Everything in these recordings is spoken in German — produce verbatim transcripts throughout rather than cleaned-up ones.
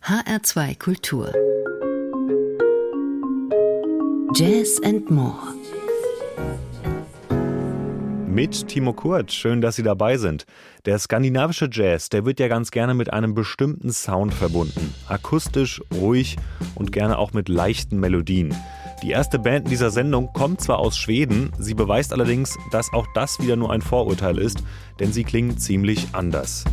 H R zwei Kultur. Jazz and More. Mit Timo Kurt, schön, dass Sie dabei sind. Der skandinavische Jazz, der wird ja ganz gerne mit einem bestimmten Sound verbunden. Akustisch, ruhig und gerne auch mit leichten Melodien. Die erste Band in dieser Sendung kommt zwar aus Schweden, sie beweist allerdings, dass auch das wieder nur ein Vorurteil ist, denn sie klingen ziemlich anders.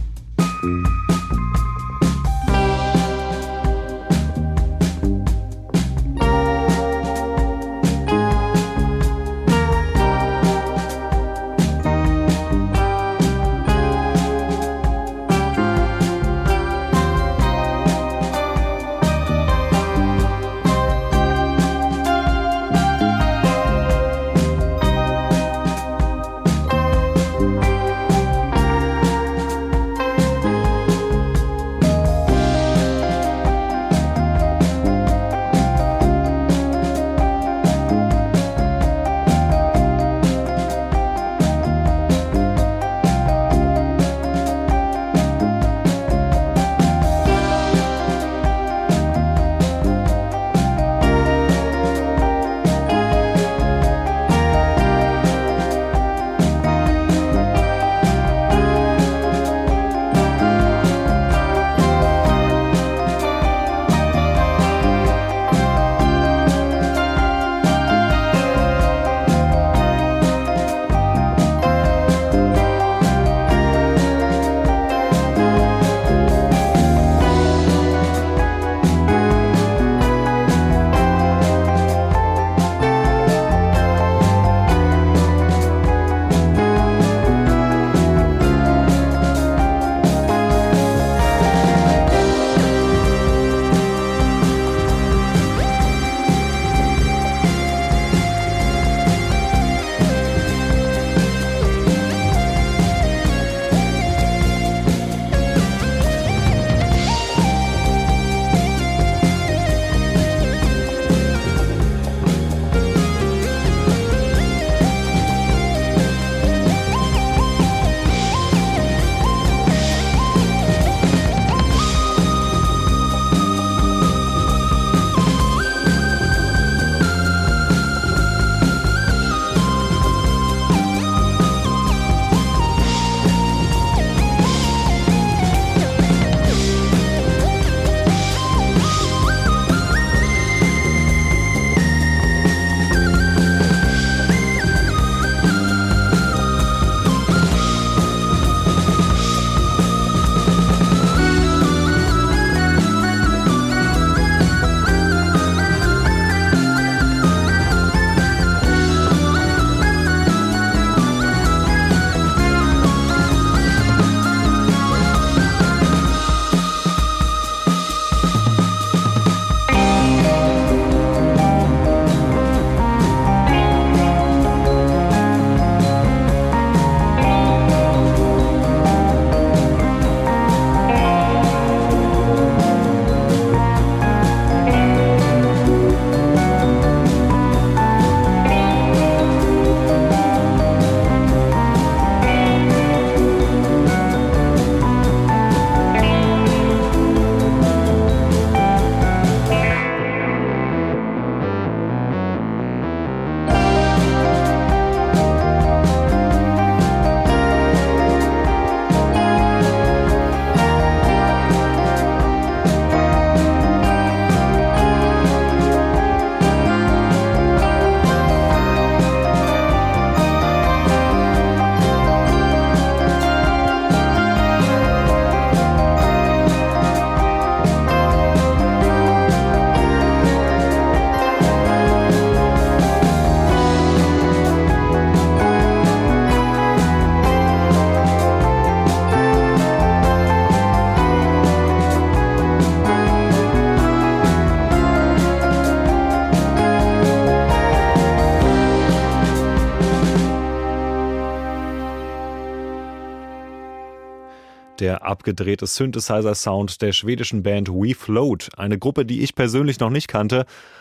Der abgedrehte Synthesizer-Sound der schwedischen Band We Float, eine Gruppe, die ich persönlich noch nicht kannte,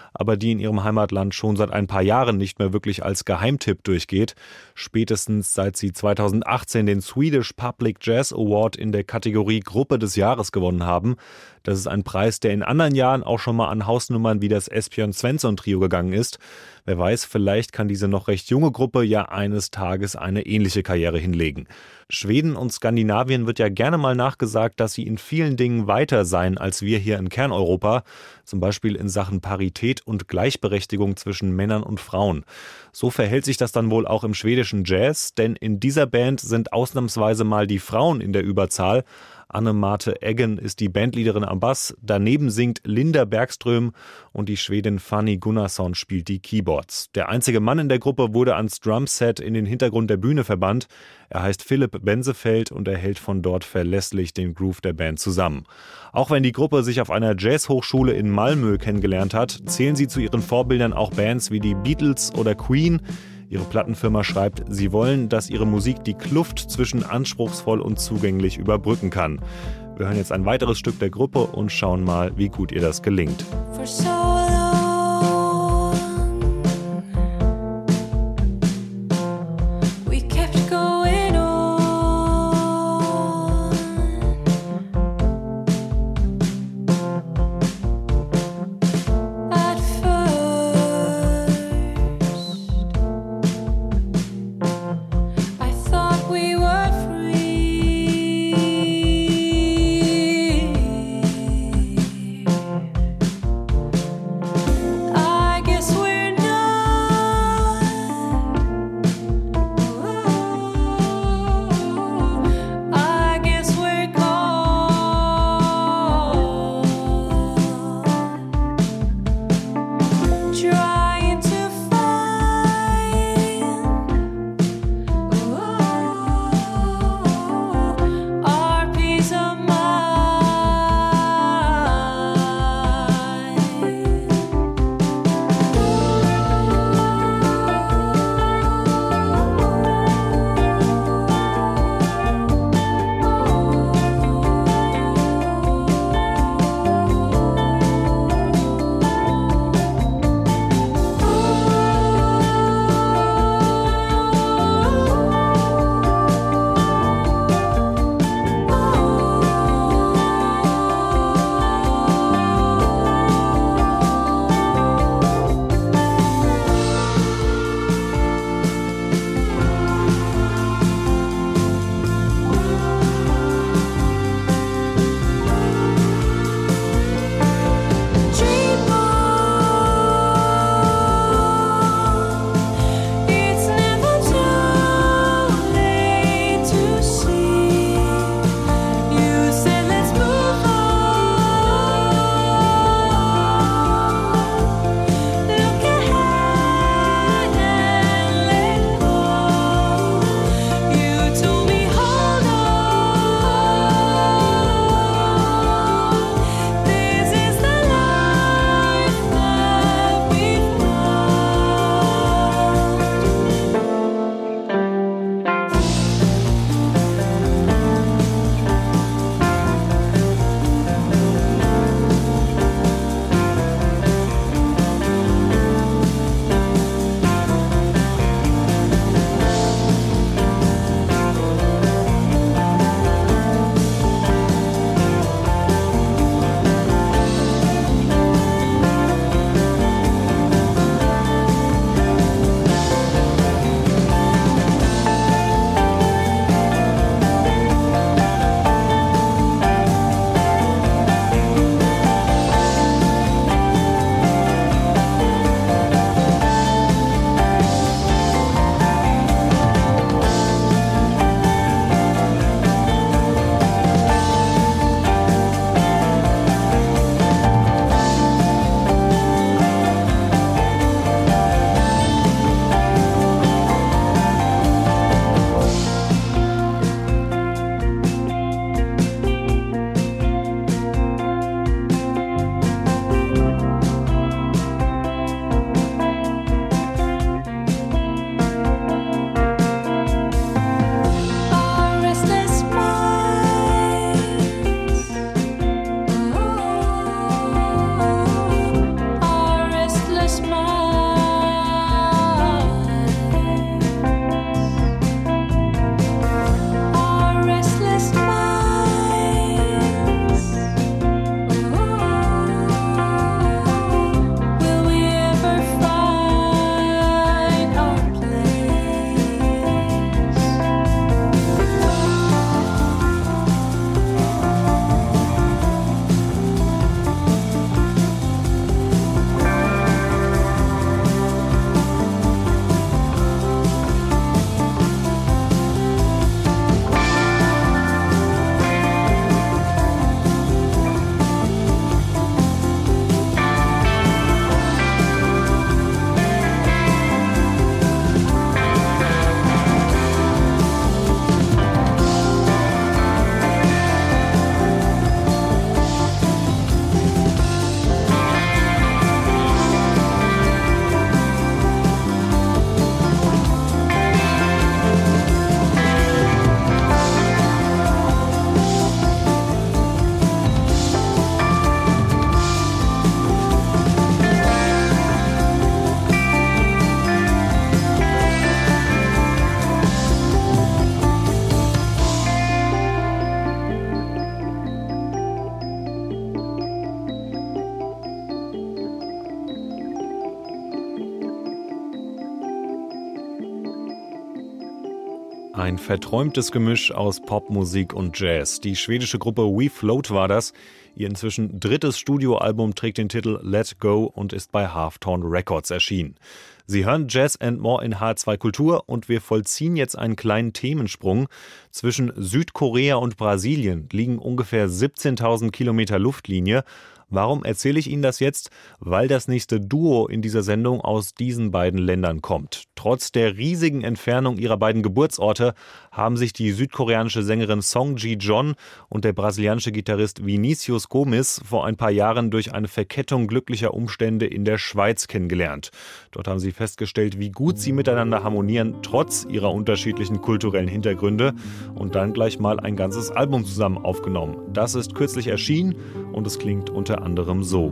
aber die in ihrem Heimatland schon seit ein paar Jahren nicht mehr wirklich als Geheimtipp durchgeht. Spätestens seit sie zweitausendachtzehn den Swedish Public Jazz Award in der Kategorie Gruppe des Jahres gewonnen haben. Das ist ein Preis, der in anderen Jahren auch schon mal an Hausnummern wie das Esbjörn Svensson Trio gegangen ist. Wer weiß, vielleicht kann diese noch recht junge Gruppe ja eines Tages eine ähnliche Karriere hinlegen. Schweden und Skandinavien wird ja gerne mal nachgesagt, dass sie in vielen Dingen weiter seien als wir hier in Kerneuropa, zum Beispiel in Sachen Parität und Gleichberechtigung zwischen Männern und Frauen. So verhält sich das dann wohl auch im schwedischen Jazz, denn in dieser Band sind ausnahmsweise mal die Frauen in der Überzahl. Anne-Marte Eggen ist die Bandleaderin am Bass, daneben singt Linda Bergström und die Schwedin Fanny Gunnarsson spielt die Keyboards. Der einzige Mann in der Gruppe wurde ans Drumset in den Hintergrund der Bühne verbannt. Er heißt Philipp Bensefeld und er hält von dort verlässlich den Groove der Band zusammen. Auch wenn die Gruppe sich auf einer Jazzhochschule in Malmö kennengelernt hat, zählen sie zu ihren Vorbildern auch Bands wie die Beatles oder Queen. Ihre Plattenfirma schreibt, sie wollen, dass ihre Musik die Kluft zwischen anspruchsvoll und zugänglich überbrücken kann. Wir hören jetzt ein weiteres Stück der Gruppe und schauen mal, wie gut ihr das gelingt. For so long, we kept going on. At first, I thought we were free. Ein verträumtes Gemisch aus Popmusik und Jazz. Die schwedische Gruppe We Float war das. Ihr inzwischen drittes Studioalbum trägt den Titel Let Go und ist bei Halftone Records erschienen. Sie hören Jazz and More in H zwei Kultur und wir vollziehen jetzt einen kleinen Themensprung. Zwischen Südkorea und Brasilien liegen ungefähr siebzehntausend Kilometer Luftlinie. Warum erzähle ich Ihnen das jetzt? Weil das nächste Duo in dieser Sendung aus diesen beiden Ländern kommt. Trotz der riesigen Entfernung ihrer beiden Geburtsorte haben sich die südkoreanische Sängerin Song Ji-Jeon und der brasilianische Gitarrist Vinicius Gomes vor ein paar Jahren durch eine Verkettung glücklicher Umstände in der Schweiz kennengelernt. Dort haben sie festgestellt, wie gut sie miteinander harmonieren, trotz ihrer unterschiedlichen kulturellen Hintergründe, und dann gleich mal ein ganzes Album zusammen aufgenommen. Das ist kürzlich erschienen und es klingt unter anderem so.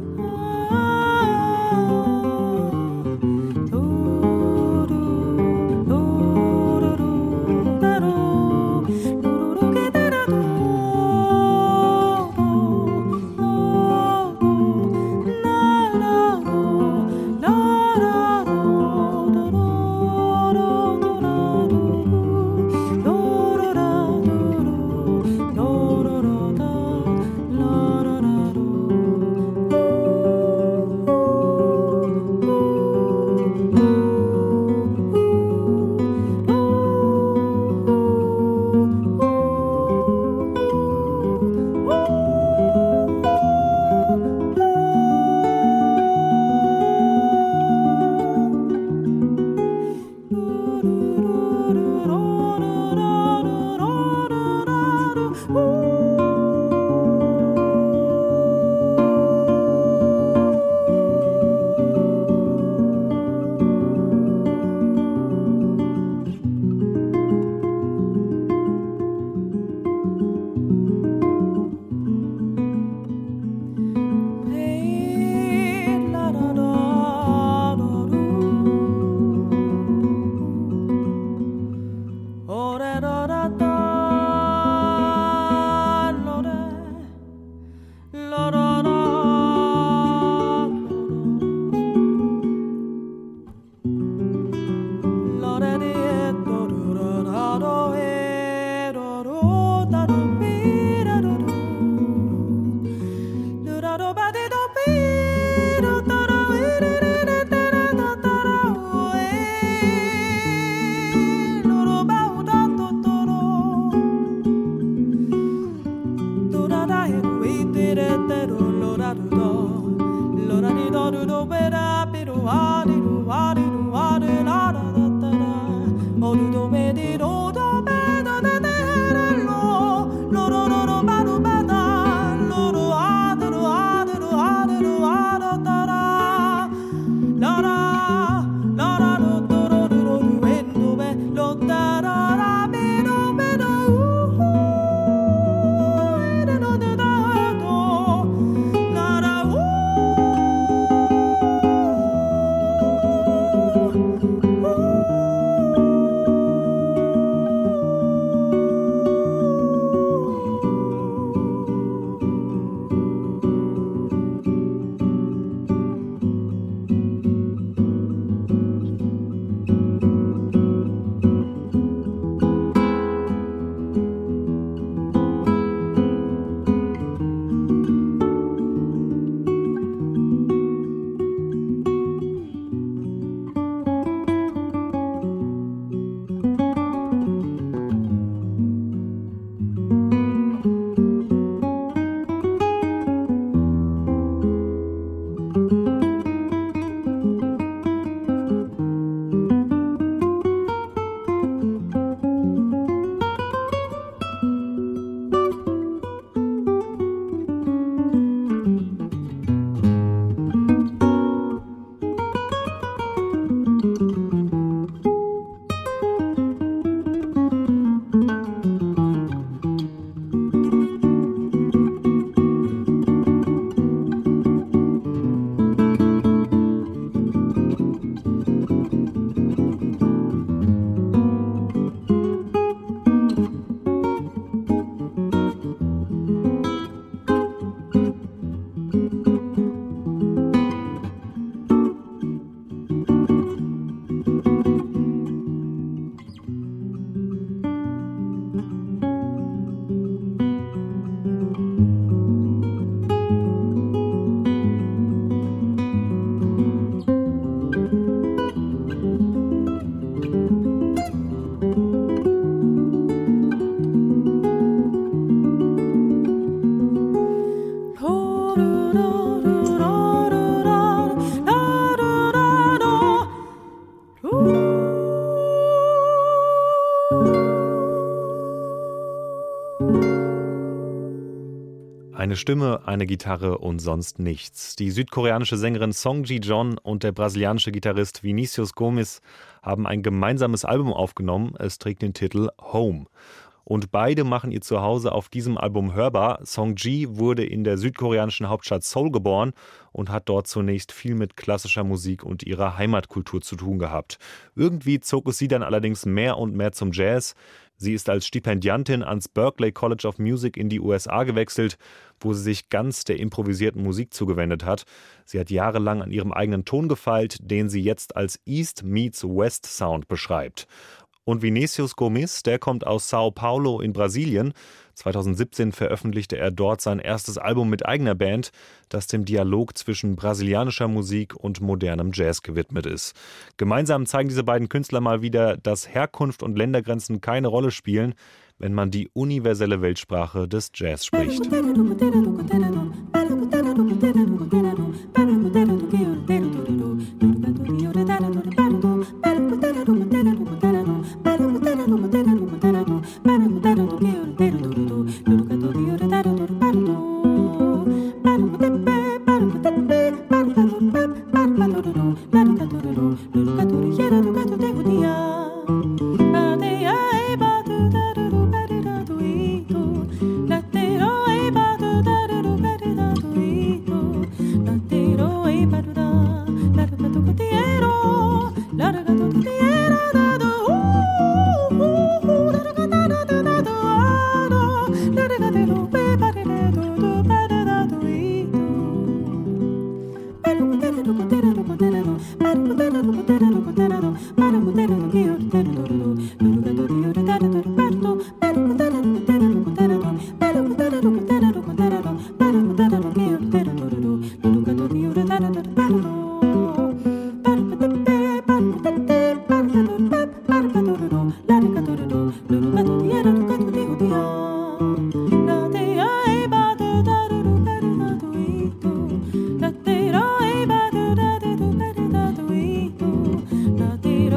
Oh Stimme, eine Gitarre und sonst nichts. Die südkoreanische Sängerin Song Ji-Jeon und der brasilianische Gitarrist Vinicius Gomes haben ein gemeinsames Album aufgenommen. Es trägt den Titel Home. Und beide machen ihr Zuhause auf diesem Album hörbar. Song Ji wurde in der südkoreanischen Hauptstadt Seoul geboren und hat dort zunächst viel mit klassischer Musik und ihrer Heimatkultur zu tun gehabt. Irgendwie zog es sie dann allerdings mehr und mehr zum Jazz. Sie ist als Stipendiatin ans Berklee College of Music in die U S A gewechselt, wo sie sich ganz der improvisierten Musik zugewendet hat. Sie hat jahrelang an ihrem eigenen Ton gefeilt, den sie jetzt als East meets West Sound beschreibt. Und Vinicius Gomes, der kommt aus Sao Paulo in Brasilien. zweitausendsiebzehn veröffentlichte er dort sein erstes Album mit eigener Band, das dem Dialog zwischen brasilianischer Musik und modernem Jazz gewidmet ist. Gemeinsam zeigen diese beiden Künstler mal wieder, dass Herkunft und Ländergrenzen keine Rolle spielen, wenn man die universelle Weltsprache des Jazz spricht. Latino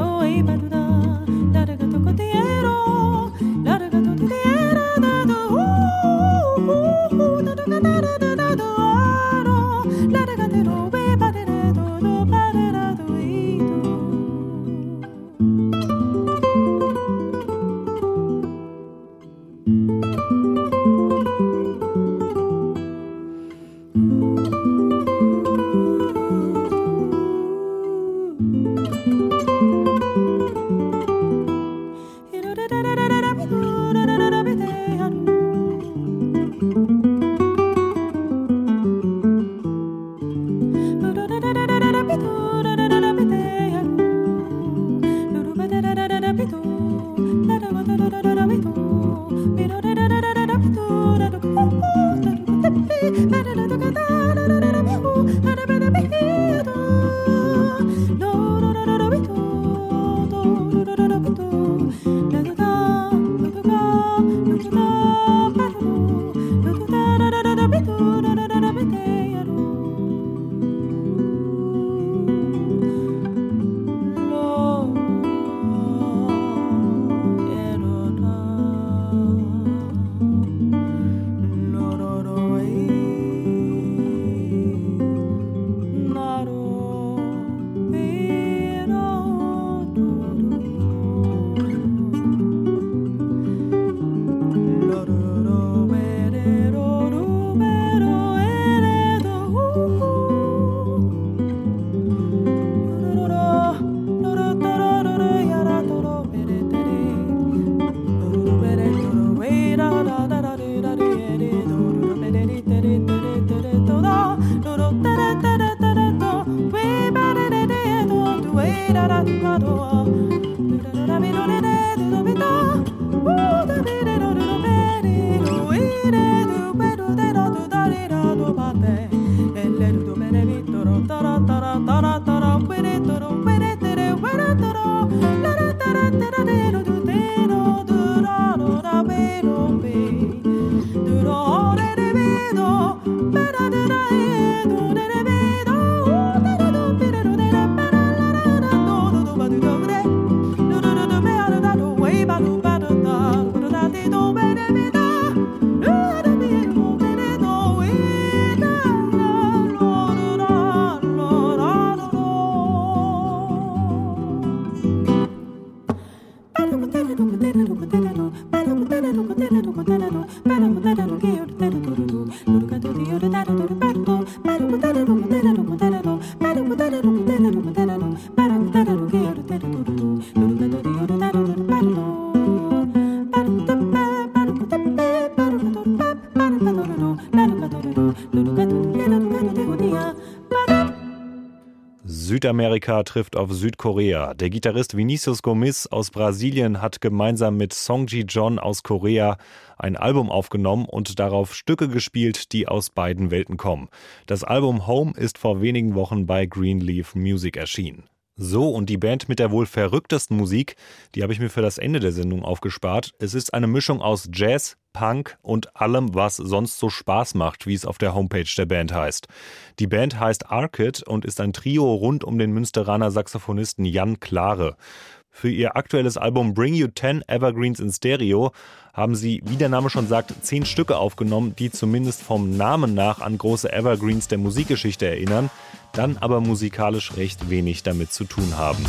Südamerika trifft auf Südkorea. Der Gitarrist Vinicius Gomis aus Brasilien hat gemeinsam mit Songji John aus Korea ein Album aufgenommen und darauf Stücke gespielt, die aus beiden Welten kommen. Das Album Home ist vor wenigen Wochen bei Greenleaf Music erschienen. So, und die Band mit der wohl verrücktesten Musik, die habe ich mir für das Ende der Sendung aufgespart. Es ist eine Mischung aus Jazz, Punk und allem, was sonst so Spaß macht, wie es auf der Homepage der Band heißt. Die Band heißt Arcade und ist ein Trio rund um den Münsteraner Saxophonisten Jan Klare. Für ihr aktuelles Album Bring You Ten Evergreens in Stereo haben sie, wie der Name schon sagt, zehn Stücke aufgenommen, die zumindest vom Namen nach an große Evergreens der Musikgeschichte erinnern, dann aber musikalisch recht wenig damit zu tun haben.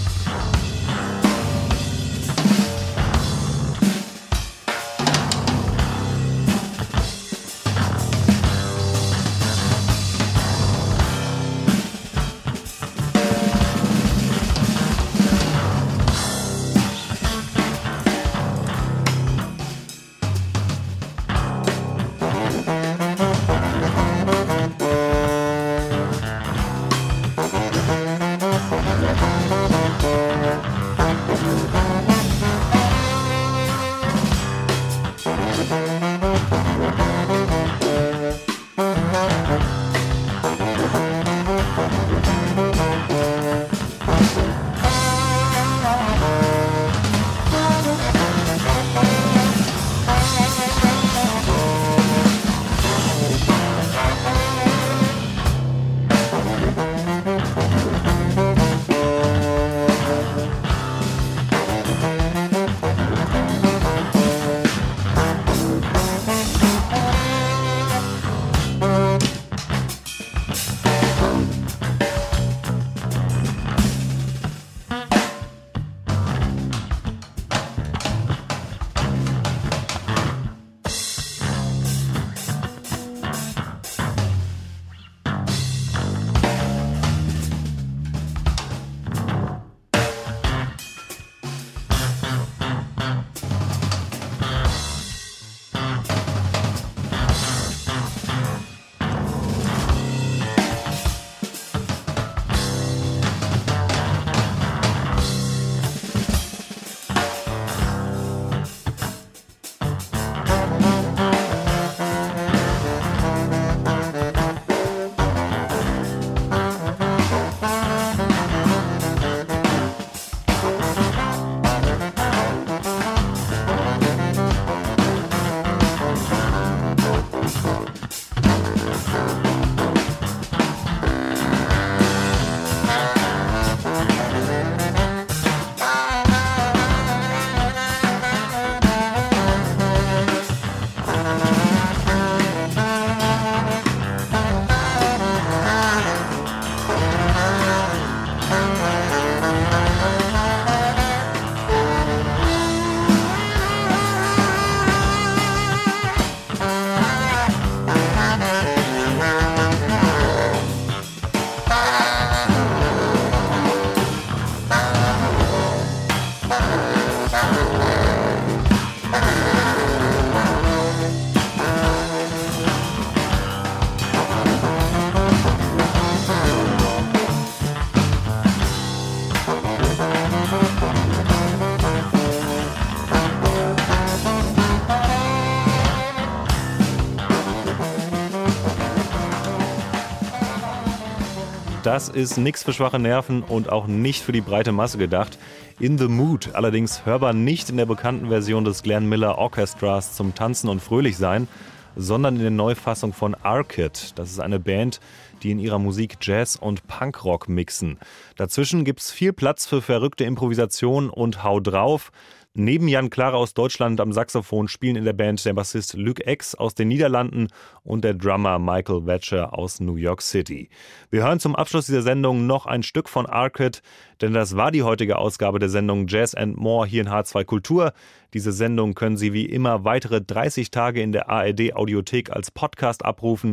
Das ist nichts für schwache Nerven und auch nicht für die breite Masse gedacht. In the Mood, allerdings hörbar nicht in der bekannten Version des Glenn Miller Orchestras zum Tanzen und Fröhlichsein, sondern in der Neufassung von Arcade. Das ist eine Band, die in ihrer Musik Jazz und Punkrock mixen. Dazwischen gibt's viel Platz für verrückte Improvisation und Hau drauf. Neben Jan Klare aus Deutschland am Saxophon spielen in der Band der Bassist Luc X aus den Niederlanden und der Drummer Michael Wetscher aus New York City. Wir hören zum Abschluss dieser Sendung noch ein Stück von Arcade, denn das war die heutige Ausgabe der Sendung Jazz and More hier in H zwei Kultur. Diese Sendung können Sie wie immer weitere dreißig Tage in der A R D Audiothek als Podcast abrufen.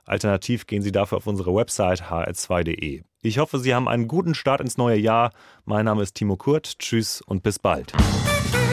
Alternativ gehen Sie dafür auf unsere Website h r zwei punkt d e. Ich hoffe, Sie haben einen guten Start ins neue Jahr. Mein Name ist Timo Kurt. Tschüss und bis bald.